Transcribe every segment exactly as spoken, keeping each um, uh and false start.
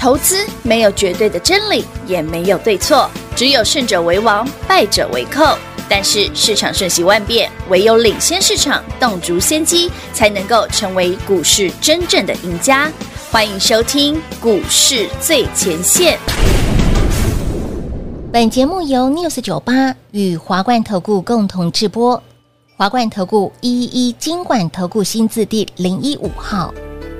投资没有绝对的真理，也没有对错，只有胜者为王，败者为寇。但是市场瞬息万变，唯有领先市场，洞烛先机，才能够成为股市真正的赢家。欢迎收听股市最前线。 本节目由 News 九八与华冠投顾共同制播，华冠投顾一一一金管投顾新字第零一五号。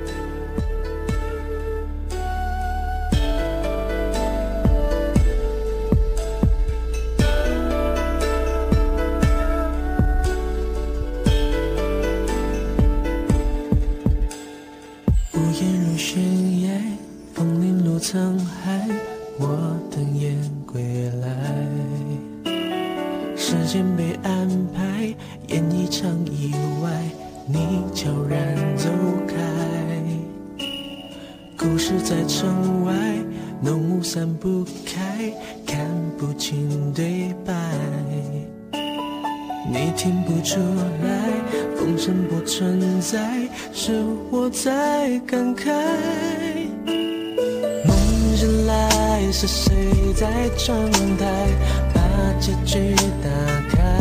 沧海，我等雁归来。时间被安排，演一场意外，你悄然走开。故事在城外，浓雾散不开，看不清对白。你听不出来，风声不存在，是我在感慨。来是谁在窗台把结局打开？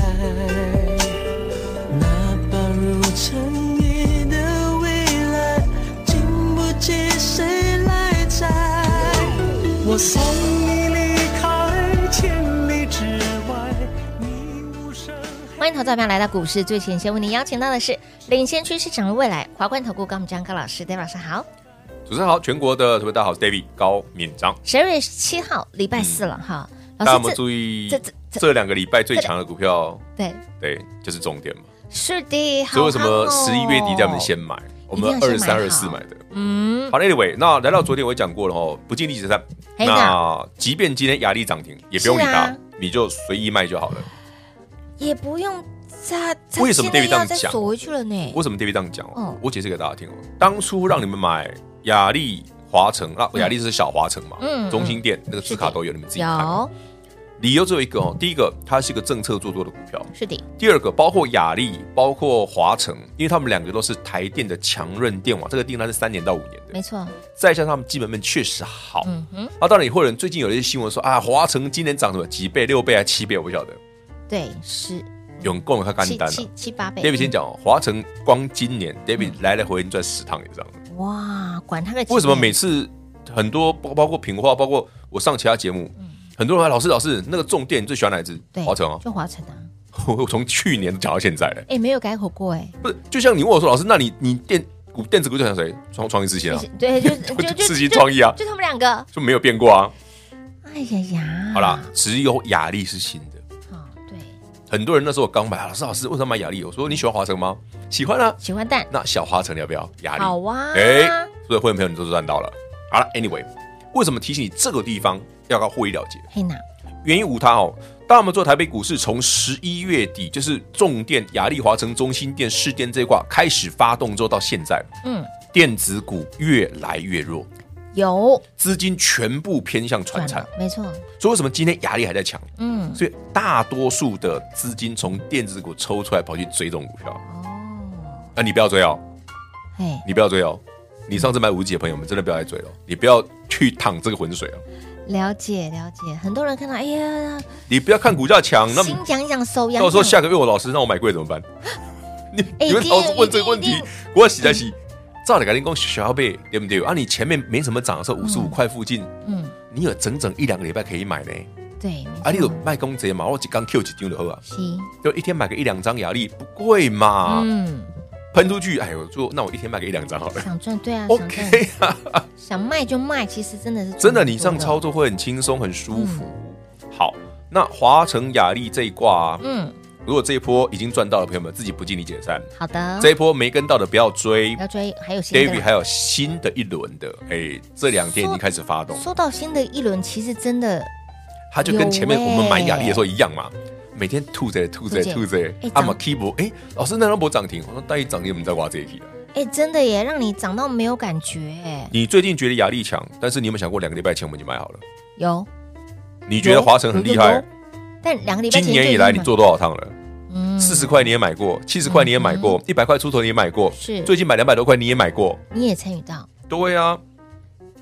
那把如尘埃的未来，经不起谁来摘。我送你离开千里之外，你无声。 欢迎投资者朋友来到股市最前线，为您邀请到的是领先趋势掌握未来华冠投顾高敏章高老师，大家晚上好。 主持人好，全国的特别大家好，我是 David 高敏章。 十二月七号，礼拜四了、嗯、哈。 大家有没有注意这这这两个礼拜最强的股票？ 对对，就是重点嘛。 是的， 所以为什么十一月底叫我们先买？我们二三二四买的。嗯，好 ，Anyway， 那来到昨天我也讲过了哦，不尽力解散。那即便今天亚力涨停，也不用理它、啊，你就随意卖就好了。 也不用再为什么 David 这样讲？ 锁回去了呢？ 为什么 David 这样讲？哦，我解释给大家听哦。当初让你们买亚力、华城，那亚力是小华城嘛，嗯，中兴电那个字卡都有，你们自己看。有理由只有一个哦，第一个它是一个政策做多的股票， 是的。第二个包括亚力、包括华城，因为他们两个都是台电的强韧电网，这个订单是三年到五年的， 没错。 再加上他们基本面确实好，嗯哼。那当然也会有人最近有一些新闻说啊，华城今年涨什么几倍、六倍还七倍，我不晓得。 对，是。 有人跟我看干单了， 七七八倍。 David 先讲哦，华城光今年 David 来来回回赚十趟以上。 哇，管他个！ 为什么每次很多包括品化，包括我上其他节目，嗯、很多人说老师老师那个重电你最喜欢哪一支？华城啊， 就华城啊。 我从去年讲到现在了， 哎、欸，没有改口过哎、欸。 不是，就像你问我说，老师，那你你电股电子股最喜欢谁？创创意世新啊， 对，就就就世新创意啊， 就他们两个就没有变过啊。 哎呀呀， 好啦，只有亚力是新的。很多人那时候我刚买，老师老师为什么买亚力？我说你喜欢华城吗？喜欢啊， 喜欢蛋。 那小华城要不要？亚力好啊。 哎、欸，所有会员朋友你都赚到了。好了 ，Anyway， 为什么提醒你这个地方要要获利了结？ 嘿呐， 原因无他哦。当我们做台北股市从十一月底，就是重电、亚力、华城、中兴电、士电这一挂开始发动之后，到现在，嗯，电子股越来越弱。 有资金全部偏向传产， 没错。 所以为什么今天亚力还在强？嗯，所以大多数的资金从电子股抽出来，跑去追这种股票。哦，啊，你不要追哦，嘿，你不要追哦。你上次买五级的朋友们，真的不要再追了，你不要去淌这个浑水哦。 了解了解，很多人看到，哎呀， 你不要看股价强，那心痒痒，手痒痒。 到时候下个月我老师让我买贵怎么办？你你们老是问这个问题，我洗在洗。照理讲，小倍对不对啊？你前面没什么涨的时候，五十五块附近，嗯，你有整整一两个礼拜可以买呢。 对， 啊，你有卖公贼嘛？我只刚 Q 几张就好啊，就一天买个一两张亚力不贵嘛。嗯，喷出去，哎呦，就那我一天卖个一两张好了。 想赚对啊 ，OK 啊， 想卖就卖，其实真的是真的，你这样操作会很轻松，很舒服。嗯、好，那华城亚力这一挂、啊，嗯。如果这一波已经赚到的朋友们，自己不尽力解散。 好的， 这一波没跟到的不要追， 不要追，还有新的 David 还有新的一轮的，哎、欸，这两天已经开始发动。 说到新的一轮，其实真的， 它就跟前面我们买亚力的时候一样嘛，每天吐着吐着吐着，啊嘛 keyboard， 哎，老师那都不涨停，我说大一涨停我们在挖这一题了。 哎，真的耶，让你涨到没有感觉哎。 你最近觉得亚力强，但是你有没有想过两个礼拜前我们已经买好了？ 有。 你觉得华城很厉害， 但两个礼拜前今年以来你做多少趟了？四十块你也买过，七十块你也买过，一百块出头你也买过， 是最近买两百多块你也买过， 你也参与到。 对啊，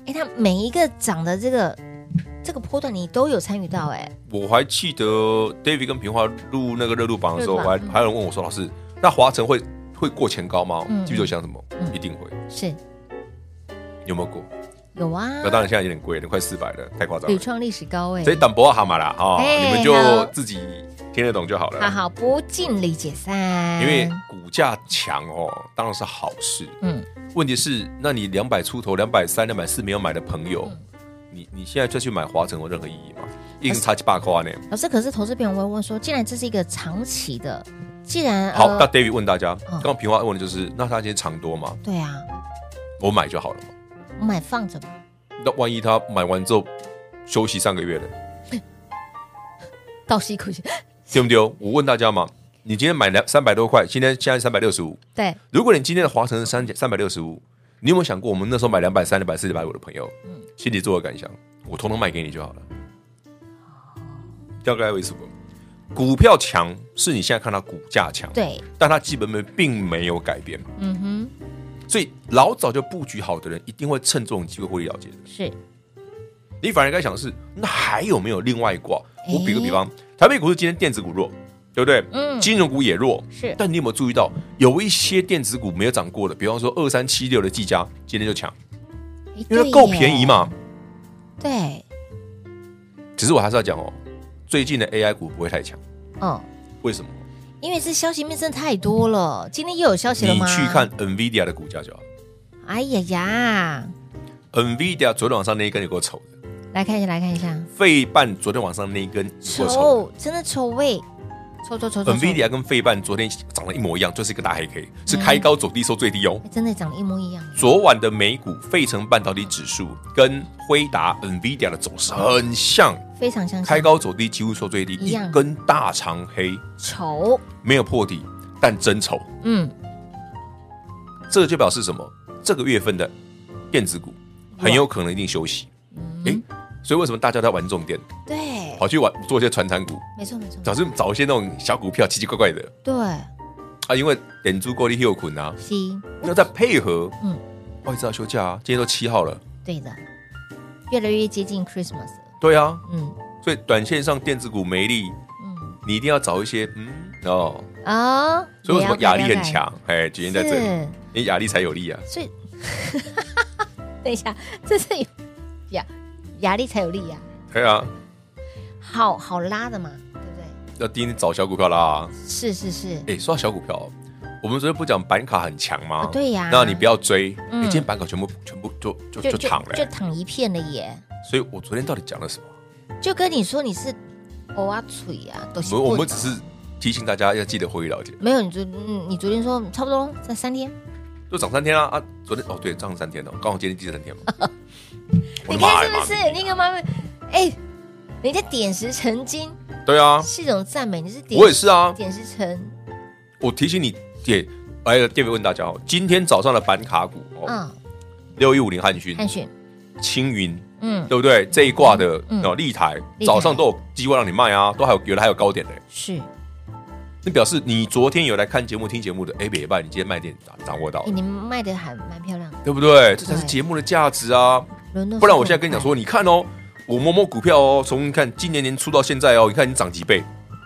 哎，它每一个涨的这个这个波段你都有参与到哎。 我还记得 David 跟平华录那个热度榜的时候，我还嗯、 还有人问我说：“老师，那华城会会过前高吗？” 嗯， 记不记得想什么？ 嗯、 一定会。 是。 有没有过？ 有啊。 那当然现在有点贵了，快四百了，太夸张了。 屡创历史高哎。 所以等不好嘛啦啊，你们就自己听得懂就好了。 好好，不尽力解散。 因为股价强哦，当然是好事。嗯。问题是，那你两百出头、两百三、两百四没有买的朋友，嗯、你你现在再去买华城有任何意义吗？一定差七八块呢。 老师，可是投资朋友会问说，既然这是一个长期的，既然好，呃、那 David 问大家，刚刚平华问的就是，那他今天长多吗？ 对啊， 我买就好了嘛。 我买放着嘛。 那万一他买完之后休息三个月呢？ 倒吸一口气， 对不对？我问大家嘛，你今天买两三百多块，今天现在三百六十五。对，如果你今天的华城是三三百六十五，你有没有想过，我们那时候买两百三、两百四、两百五的朋友，嗯，心里做的感想？我统统卖给你就好了。大概为什么？股票强是你现在看到股价强， 对， 但它基本面并没有改变。嗯哼。所以老早就布局好的人，一定会趁这种机会获利了结的。 是， 你反而该想的是，那还有没有另外一挂？我比个比方，台北股市今天电子股弱，对不对？嗯，金融股也弱， 是。 但你有没有注意到，有一些电子股没有涨过的，比方说二三七六的技嘉，今天就强，因为它够便宜嘛。 对。 只是我还是要讲哦，最近的 A I 股不会太强。嗯，为什么？ 因为这消息面真的太多了，今天又有消息了吗？ 你去看 Nvidia 的股价就好。 哎呀呀 ，Nvidia 昨天晚上那一根有够丑的， 来看一下，来看一下。 费半昨天晚上那一根丑，真的丑味，丑丑丑丑。 Nvidia 跟费半昨天长得一模一样，就是一个大黑 K， 是开高走低收最低哦， 嗯、真的长得一模一样。 昨晚的美股费城半导体指数跟辉达 Nvidia 的走势很像。 非常相像， 开高走低，几乎收最低，一根大长黑， 丑，没有破底，但真丑。嗯，这就表示什么？这个月份的电子股很有可能一定休息。嗯，欸，所以为什么大家都在玩重电？ 对， 跑去玩做一些传产股， 没错没错， 早就找一些那种小股票，奇奇怪怪的。 对， 啊，因为点足够力又捆啊， 是， 那再配合，嗯，外资要休假啊，今天都七号了， 对的，越来越接近 Christmas。 对啊，嗯，所以短线上电子股没力，嗯，你一定要找一些，嗯，哦，啊，所以为什么亚力很强？哎，原因在这里，因为亚力才有力啊。 所以，等一下，这是有亚亚力才有力呀。 对啊， 好好拉的嘛，对不对？ 要第一找小股票拉啊。 是是是。 哎，说到小股票，我们昨天不讲板卡很强吗？ 对呀。 那你不要追，你今天板卡全部全部就就就躺了， 就躺一片了耶。 所以我昨天到底讲了什么？ 就跟你说你是偶啊嘴啊，都是。 我们只是提醒大家要记得获利了结。 没有，你昨嗯，你昨天说差不多在三天， 就涨三天啊啊！昨天哦对，涨三天了，刚好今天第三天嘛。 你看是不是那个妈妈？哎，人家点石成金。 对啊， 是一种赞美。你是点， 我也是啊， 点石成。 我提醒你，也来电问大家哦，今天早上的板卡股哦，六一五零汉讯、 汉讯、 青云。嗯，对不对？这一挂的哦，立台早上都有机会让你卖啊，都还有有的还有高点的。 是， 那表示你昨天有来看节目、听节目的，哎，别办，你今天卖点掌握到， 你卖的还蛮漂亮的， 对不对？这才是节目的价值啊！不然我现在跟你讲说，你看哦，我某某股票哦，从你看今年年初到现在哦，你看你涨几倍，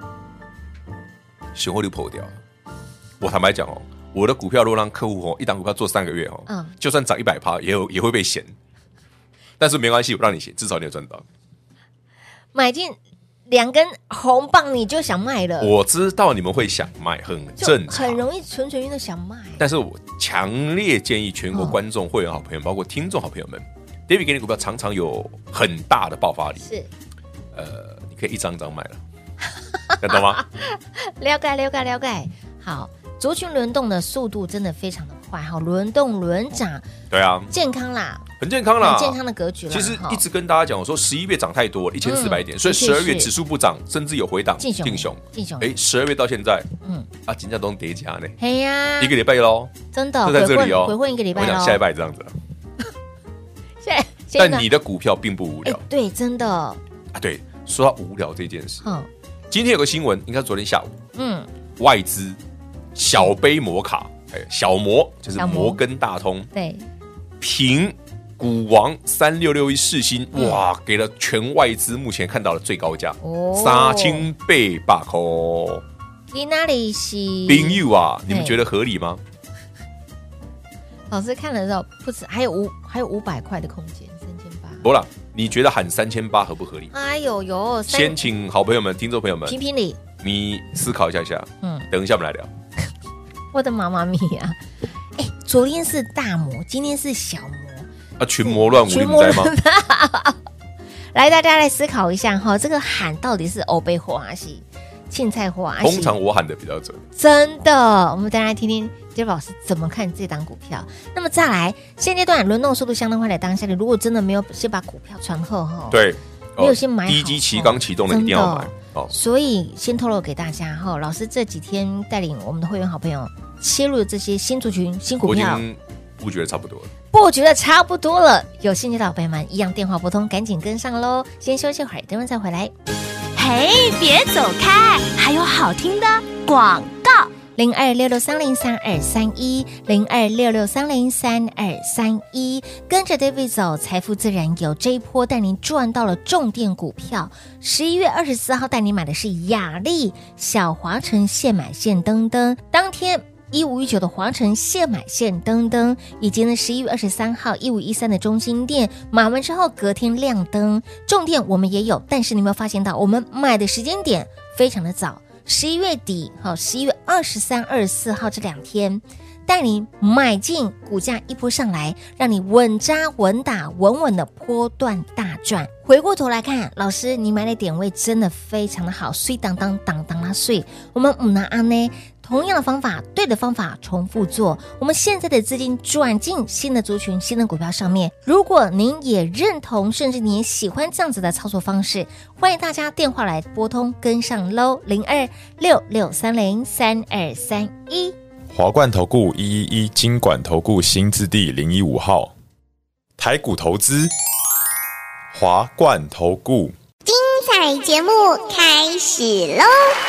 选获率破掉了。我坦白讲哦，我的股票如果让客户哦，一档股票做三个月哦，嗯，就算涨一百趴，也有也会被嫌。但是没关系，我让你写，至少你有赚到。 买进两根红棒你就想卖了， 我知道你们会想卖，很正常， 很容易蠢蠢欲动想卖。 但是我强烈建议全国观众、会员好朋友，包括听众好朋友们 ，David 给你股票常常有很大的爆发力。 是， 呃，你可以一张一张买了，看懂吗？ 了解，了解，了解。好，族群轮动的速度真的非常的快，好，轮动轮涨， 对啊， 健康啦。 很健康啦， 很健康的格局啦。 其实一直跟大家讲，我说十一月涨太多了，一千四百点，所以十二月指数不涨，甚至有回档， 进雄， 进雄。哎，十二月到现在，嗯，啊，金价都叠加呢， 嘿呀， 一个礼拜喽， 真的， 就在这里哦， 回混一个礼拜， 我讲下礼拜这样子了。但你的股票并不无聊， 对，真的啊， 对，说到无聊这件事，嗯，今天有个新闻，应该是昨天下午，嗯，外资小杯摩卡，哎，小摩就是摩根大通， 对， 平股王三六六一世新，嗯、哇，给了全外资目前看到的最高价，三千八百块。 你哪里是朋友啊？你们觉得合理吗？ 老师看了之后，不止还有五还有五百块的空间，三千八。 不啦，你觉得喊三千八合不合理？ 哎呦呦！ 先请好朋友们、听众朋友们评评理， 你思考一下下。嗯，等一下我们来聊。 我的妈妈咪呀！哎，昨天是大魔，今天是小魔啊，群魔乱舞，你们在吗？ 来，大家来思考一下哈，这个喊到底是欧贝货还是青菜货？ 通常我喊的比较准， 真的。我们再来听听杰老师怎么看这档股票。那么再来，现阶段轮动速度相当快的当下，你如果真的没有先把股票传后哈， 对， 没有先买好， 第一基期刚启动的一定要买。 哦，所以先透露给大家哈，老师这几天带领我们的会员好朋友切入这些新族群、新股票， 我已经布局的差不多了， 布局的差不多了。有兴趣的好朋友们，一样电话拨通，赶紧跟上喽。先休息会儿，等会再回来。 嘿，别走开，还有好听的广告。 零二六六三零三二三一，零二六六三零三二三一，跟着 David 走，财富自然有。这一波带您赚到了重电股票。十一月二十四号带您买的是雅力、小华城现买现登登，当天一五一九的华城现买现登登，以及呢十一月二十三号一五一三的中兴电买完之后隔天亮灯。重电我们也有，但是你有没有发现到我们买的时间点非常的早？十一月底，好，十一月二十三、二十四号这两天，带你买进，股价一波上来，让你稳扎稳打，稳稳的波段大赚。回过头来看，老师，你买的点位真的非常的好，碎当当当当啦碎。我们唔拿安呢，同样的方法，对的方法重复做。我们现在的资金转进新的族群、新的股票上面。如果您也认同，甚至你也喜欢这样子的操作方式，欢迎大家电话来拨通跟上喽，零二六六三零三二三一。 华冠投顾一一一金管投顾新字第零一五号，台股投资，华冠投顾。 彩节目开始喽！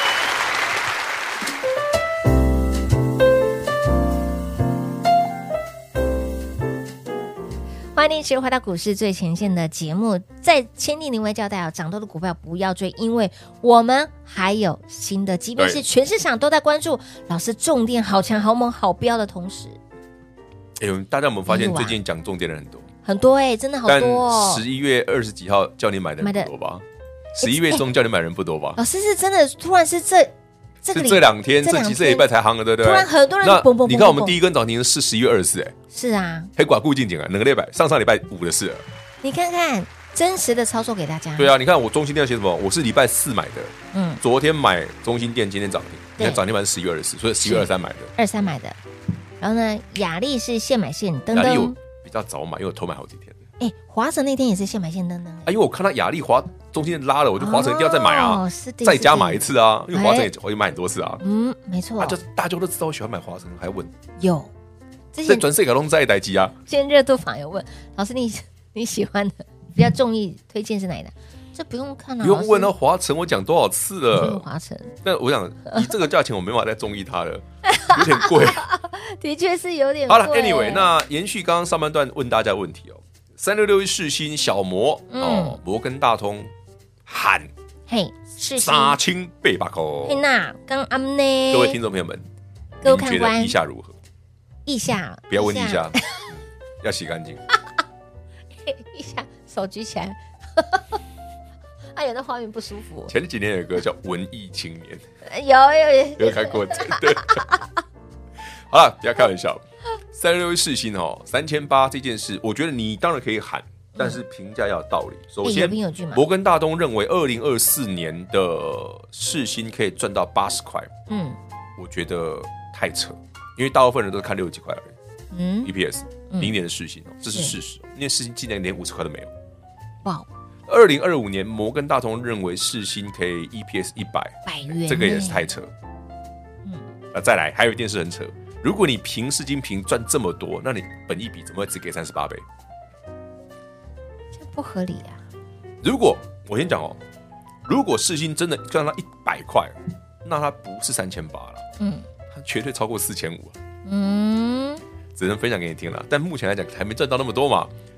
欢迎持续回到股市最前线的节目，在千里另外交代哦，涨多的股票不要追，因为我们还有新的，即便是全市场都在关注老师重电好强好猛好标的同时， 哎呦，大家有没有发现最近讲重电的人很多？ 很多哎、欸，真的好多哦。 十一月二十几号叫你买的人不多吧？十一月中叫你买的人不多吧？ 老师是真的，突然是这这个是这两天，这几这礼拜才夯的，对不对？ 突然很多人那蹦蹦蹦。 你看我们第一根涨停是十一月二十四，哎， 是啊， 黑寡固进景啊，两个礼拜，上上礼拜五的事了。 你看看真实的操作给大家。 对啊，你看我中兴电写什么？我是礼拜四买的，嗯，昨天买中兴电，今天涨停。你看涨停板是十一月二十四，所以十一月二十三买的， 二三买的。然后呢，雅力是现买现登登。 雅力我比较早买，因为我偷买好几天。 哎，华城那天也是现买现登登。 啊，因为我看到雅力华中心拉了，我就华城一定要再买啊， 哦、是的再加买一次啊，因为华城也我也买很多次啊。 嗯，没错。 啊，就大家都知道我喜欢买华城，还问有。 这转世界龙在台机啊。 今天热度坊有问老师你，你你喜欢的比较中意推荐是哪一档？这不用看了、啊， 不用问啊。华城我讲多少次了？ 华城。 但我想以这个价钱，我没办法再中意它了，有点贵。 的确是有点贵。 好了 ，Anyway， 那延续刚刚上半段问大家的问题哦。三六六一世新小摩、嗯、哦，摩根大通喊嘿世新三千八百块， 嘿那刚啱呢？ 各位听众朋友们， 各位看官， 你们觉得意下如何？ 意下不要问意下，要洗干净。 意下手举起来，哎呀，那画面不舒服。 前几年有个叫文艺青年， 有有有有看过真的。好了，不要开玩笑。三六六世新哦，三千八这件事，我觉得你当然可以喊，但是评价要有道理。首先，摩根大通认为二零二四年的世新可以赚到八十块，嗯，我觉得太扯，因为大部分人都是看六十几块而已。嗯 ，E P S 明年的世新哦，这是事实，因为世新今年连五十块都没有。 哇！ 二零二五年摩根大通认为世新可以 E P S 一百， 百元， 这个也是太扯。嗯，啊，再来，还有一件事很扯。如果你凭世金凭赚这么多，那你本益比怎么会只给三十八倍？ 这不合理啊！ 如果我先讲哦，如果世金真的赚到一百块，那它不是三千八了，嗯，它绝对超过四千五，嗯，只能分享给你听了。但目前来讲还没赚到那么多嘛，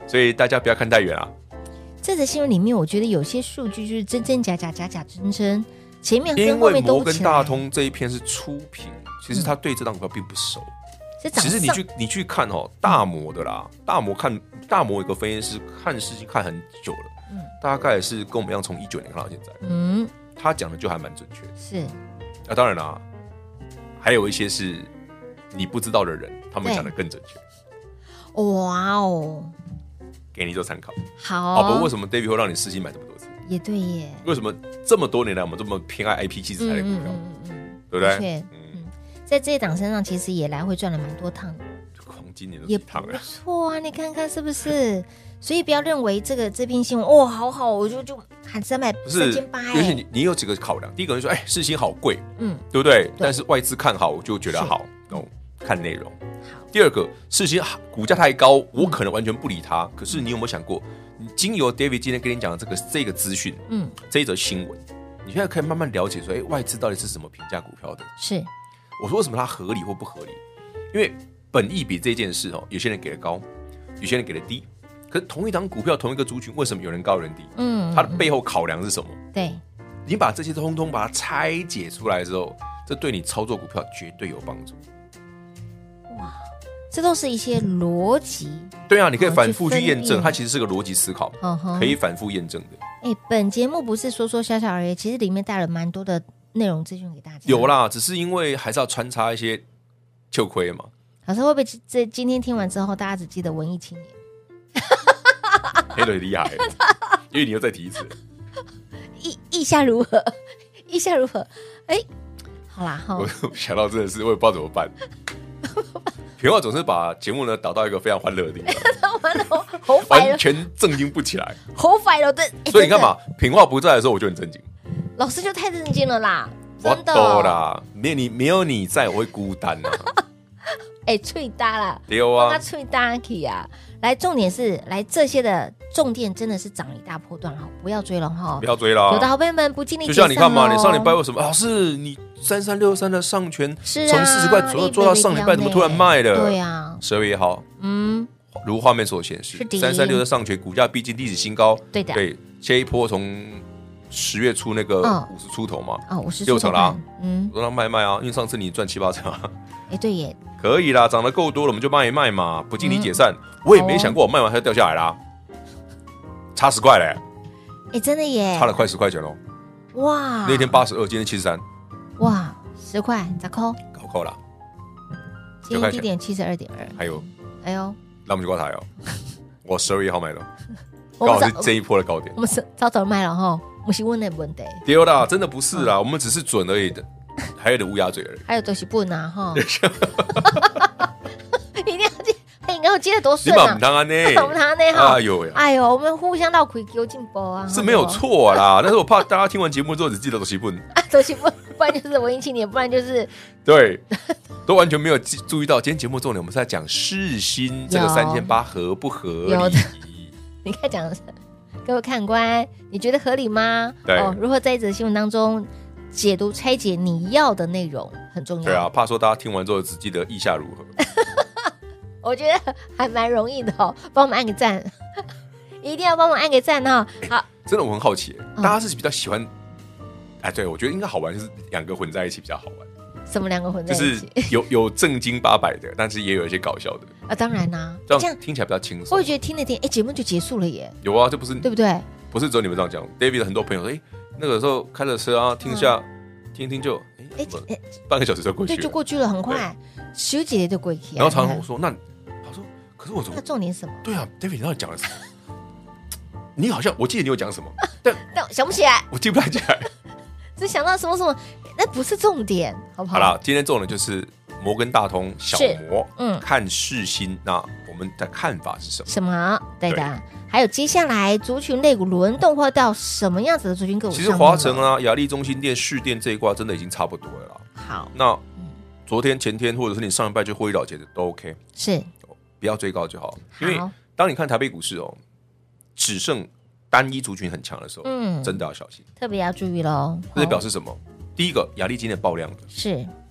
所以大家不要看太远啊。 这则新闻里面，我觉得有些数据就是真真假假，假假真真，前面因跟后为摩根面都不起来大通这一篇是初评，其实他对这档股票并不熟。 是涨其实你上去你去看哦，大摩的啦，大摩看大摩有个分析师看事情看很久了， 嗯大概是跟我们一样从一九年看到现在， 嗯他讲的就还蛮准确的。 是啊，当然啦，还有一些是你不知道的人，他们讲的更准确。 哇哦， 给你做参考。 好， 好，不过为什么 David 会让你世新买这么多次？ 也对耶， 为什么这么多年来我们这么偏爱 I P 七十台的股票？ 嗯嗯， 对不对？ 的确，嗯，在这一档身上其实也来回赚了蛮多趟的， 光今年都也不几趟了。 错啊，你看看是不是？所以不要认为这个这篇新闻哇好好，我就就喊三百不是三千八， 而且你你有几个考量？第一个人说，哎，世新好贵， 嗯， 对不对？但是外资看好，我就觉得好，哦，看内容。第二个，世新股价太高，我可能完全不理它。可是你有没有想过，你经由 David 今天跟你讲的这个这个资讯， 嗯， 这一则新闻，你现在可以慢慢了解说，哎，外资到底是怎么评价股票的？ 是我说为什么它合理或不合理？因为本益比这件事哦，有些人给的高，有些人给的低。可是同一档股票，同一个族群，为什么有人高有人低？ 嗯， 它的背后考量是什么？ 对， 你把这些通通把它拆解出来之后，这对你操作股票绝对有帮助。 这都是一些逻辑。 对啊，你可以反复去验证， 哦去分辨它其实是个逻辑思考， 嗯哼可以反复验证的。 哎，本节目不是说说笑笑而已，其实里面带了蛮多的内容资讯给大家。 有啦，只是因为还是要穿插一些旧亏嘛。 老师会不会这今天听完之后，大家只记得文艺青年？ 黑的厉害，因为你又再提一次。 意意下如何？意下如何？哎，好啦哈， 我想到真的是，我也不知道怎么办。平话总是把节目呢导到一个非常欢乐的地方， 完了，好烦了， 完全正经不起来。 好烦了，对。哎所以你看嘛真的， 平话不在的时候，我就很正经。 老师就太震惊了啦， 我真的懂啦，没有你没有你在，我会孤单啊。 哎，脆搭啦， 对啊帮他，脆搭起啊！来，重点是来这些的重点真的是涨一大波段哈，不要追了哈不。要追啦。 有的好朋友们不尽力就解散像你看嘛， 咯你上礼拜为什么老师你三三六三的上权是啊从四十块左右做到上礼拜，怎么突然卖了？ 对啊， 十二月一号， 嗯， 如画面所显示是，的三三六的上权股价逼近历史新高。 对的对，这一波从十月初那个嗯五十出头嘛， 哦，五十六成啦， 嗯， 我让它卖卖啊，因为上次你赚七八成啊， 哎，对耶， 可以啦，涨得够多了，我们就卖一卖嘛，不尽力解散。我也没想过我卖完它就掉下来啦，差十块嘞， 哎，真的耶， 差了快十块钱喽。 哇， 那天八十二，今天七十三， 哇，十块咋扣？ 搞扣啦。 今天低点七十二点二， 还有， 哎呦， 那我们就挂台哦。我十二月一号买的， 我们早刚好是这一波的高点我。们是早早卖了哈，不是问的问题， 丢啦，真的不是啦，我们只是准而已的，还有点乌鸦嘴而已。 还有都是不拿哈，一定要记，哎，你看我接的多你把顺啊唔，当安呢？ 我们谈呢哈哎，呦呀， 哎呦，我们互相倒亏有进步啊， 是没有错啦，但是我怕大家听完节目之后只记得都是不啊，都是不，不然就是文艺青年，不然就是对，都完全没有记注意到今天节目重点，我们是在讲世新这个有三千八合不合理有的？你看讲的是各位看官，你觉得合理吗？ 对哦，如何在一则新闻当中解读拆解你要的内容很重要。 对啊，怕说大家听完之后只记得意下如何。 我觉得还蛮容易的哦，帮我们按个赞，一定要帮我们按个赞哈、哦。好， 真的我很好奇， 嗯大家是比较喜欢，哎，对我觉得应该好玩，就是两个混在一起比较好玩。 什么两个混在就是一起？ 有有正经八百的，但是也有一些搞笑的， 啊，当然啦、 这这样样听起来比较轻我松会。觉得听了听，哎，节目就结束了耶， 有啊，这不是对不对？ 不是只有你们这样讲 ？David 的很多朋友说，哎，那个时候开着车啊，听一下，听一听就， 哎哎，怎么哎， 半个小时就过去对， 了。 就过去了，很快，十几年就过去了。 然后常常你看我说，那他说，可是我怎那么？ 重点是什么？ 对啊，David 你到底讲了什么？你好像我记得你有讲什么，但但我想不起来， 我记不太起来。 只想到什么什么，那不是重点，好不好？ 好了，今天重点就是摩根大通小摩， 嗯看世新，那我们的看法是什么？ 什么？对的对。 还有接下来族群类股轮动会到什么样子的族群个股其上面了？ 实华城啊、亚力中心店、市电这一挂真的已经差不多了啦。 好那昨天、前天，或者是你上一拜就获利了结的都 OK， 是不要追高就好。 好因为当你看台北股市哦，只剩单一族群很强的时候， 嗯真的要小心。 特别要注意喽。 这是表示示什么？第一个，亚力今天爆量的， 是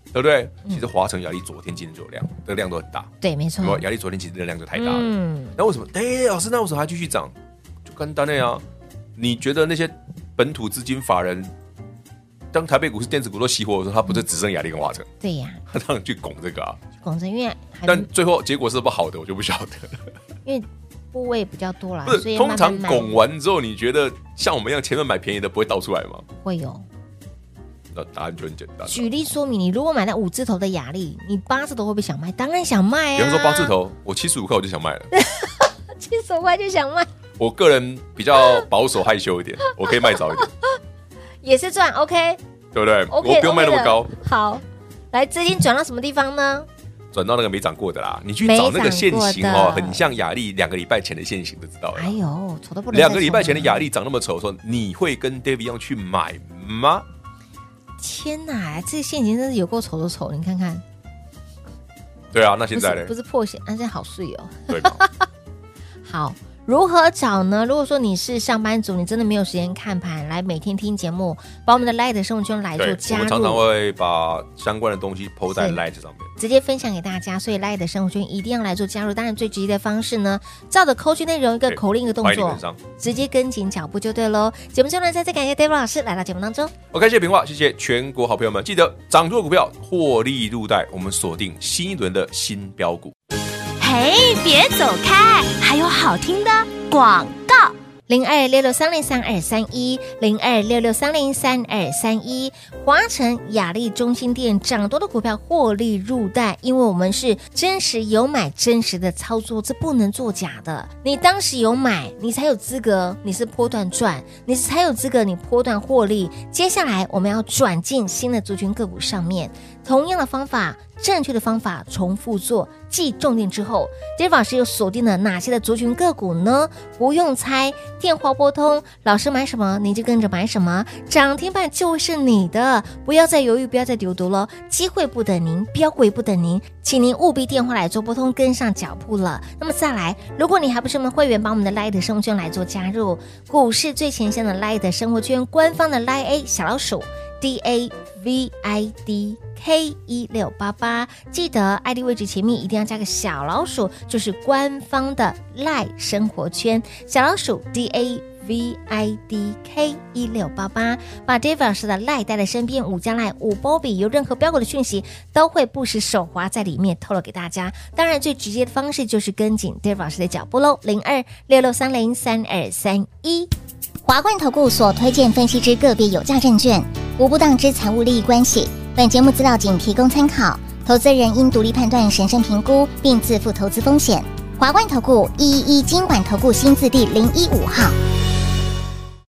对不对？其实华城、亚力昨天、今天就有量，这个量都很大。 对，没错。 亚力昨天其实这个量就太大了。 嗯， 那为什么？哎，老师，那为什么还继续涨？就简单的呀。你觉得那些本土资金法人，当台北股市电子股都熄火的时候，他不是只剩亚力跟华城？ 对呀， 他当然去拱这个啊， 拱着，因为但最后结果是不好的，我就不晓得。 因为部位比较多啦， 不是所以通常拱完之后，你觉得像我们一样前面买便宜的不会倒出来吗？ 会有。 那答案就很简单。 举例说明，你如果买到五字头的亚力，你八字头会不会想卖？当然想卖啊！ 比方说八字头，我七十五块我就想卖了， 七十五块就想卖。 我个人比较保守害羞一点，我可以卖早一点， 也是赚 OK， 对不对？ OK， 我不用卖那么高。 好，来资金转到什么地方呢？ 转到那个没涨过的啦，你去找那个现行哦，很像亚力两个礼拜前的现行就知道了。 哎呦，丑都不能。 两个礼拜前的亚力涨那么丑的时候，你会跟 David 一样去买吗？ 天哪，这个现行真是有够丑的丑，你看看。 对啊，那现在呢？ 不是破险，啊，现在好碎哦。 对吧？ 好。如何找呢？如果说你是上班族，你真的没有时间看盘，来每天听节目，把我们的 Light 生活圈来做加入。 我们常常会把相关的东西 po 在 Light 上面， 直接分享给大家。所以 Light 生活圈一定要来做加入。当然，最直接的方式呢，照着扣句内容一个口令一个动作，直接跟紧脚步就对喽。节目最后呢，再次感谢 David 老师来到节目当中。 OK， 谢谢平话，谢谢全国好朋友们，记得涨多的股票获利入袋，我们锁定新一轮的新标股。 嘿，别走开，还有好听的广告。 零二六六三零三二三一，零二六六三零三二三一，华城、亚力、中心店涨多的股票获利入袋，因为我们是真实有买真实的操作，这不能作假的。你当时有买，你才有资格，你是波段赚，你才有资格你波段获利。接下来我们要转进新的族群个股上面，同样的方法，正确的方法重复做，记重点之后 David 老师又锁定了哪些的族群个股呢？不用猜，电话拨通，老师买什么你就跟着买什么，涨停板就会是你的，不要再犹豫，不要再丢丢了，机会不等您，标股也不等您，请您务必电话来做拨通，跟上脚步了。那么再来，如果你还不是我们会员，把我们的 Light 生活圈来做加入，股市最前线的 Light 生活圈官方的 Light A 小老鼠 D A V I D K 一六八八，记得 I D 位置前面一定要加个小老鼠，就是官方的 Light 生活圈小老鼠 D A V I D K 一六八八，把 David 老师的 Light 带在身边，五加 Light 五波比，有任何标股的讯息都会不时手滑在里面透露给大家。当然最直接的方式就是跟紧 David 老师的脚步喽，零二六六三零三二三一。 华冠投顾所推荐分析之个别有价证券，无不当之财务利益关系。本节目资料仅提供参考，投资人应独立判断、审慎评估，并自负投资风险。华冠投顾一一一金管投顾新字第零一五号。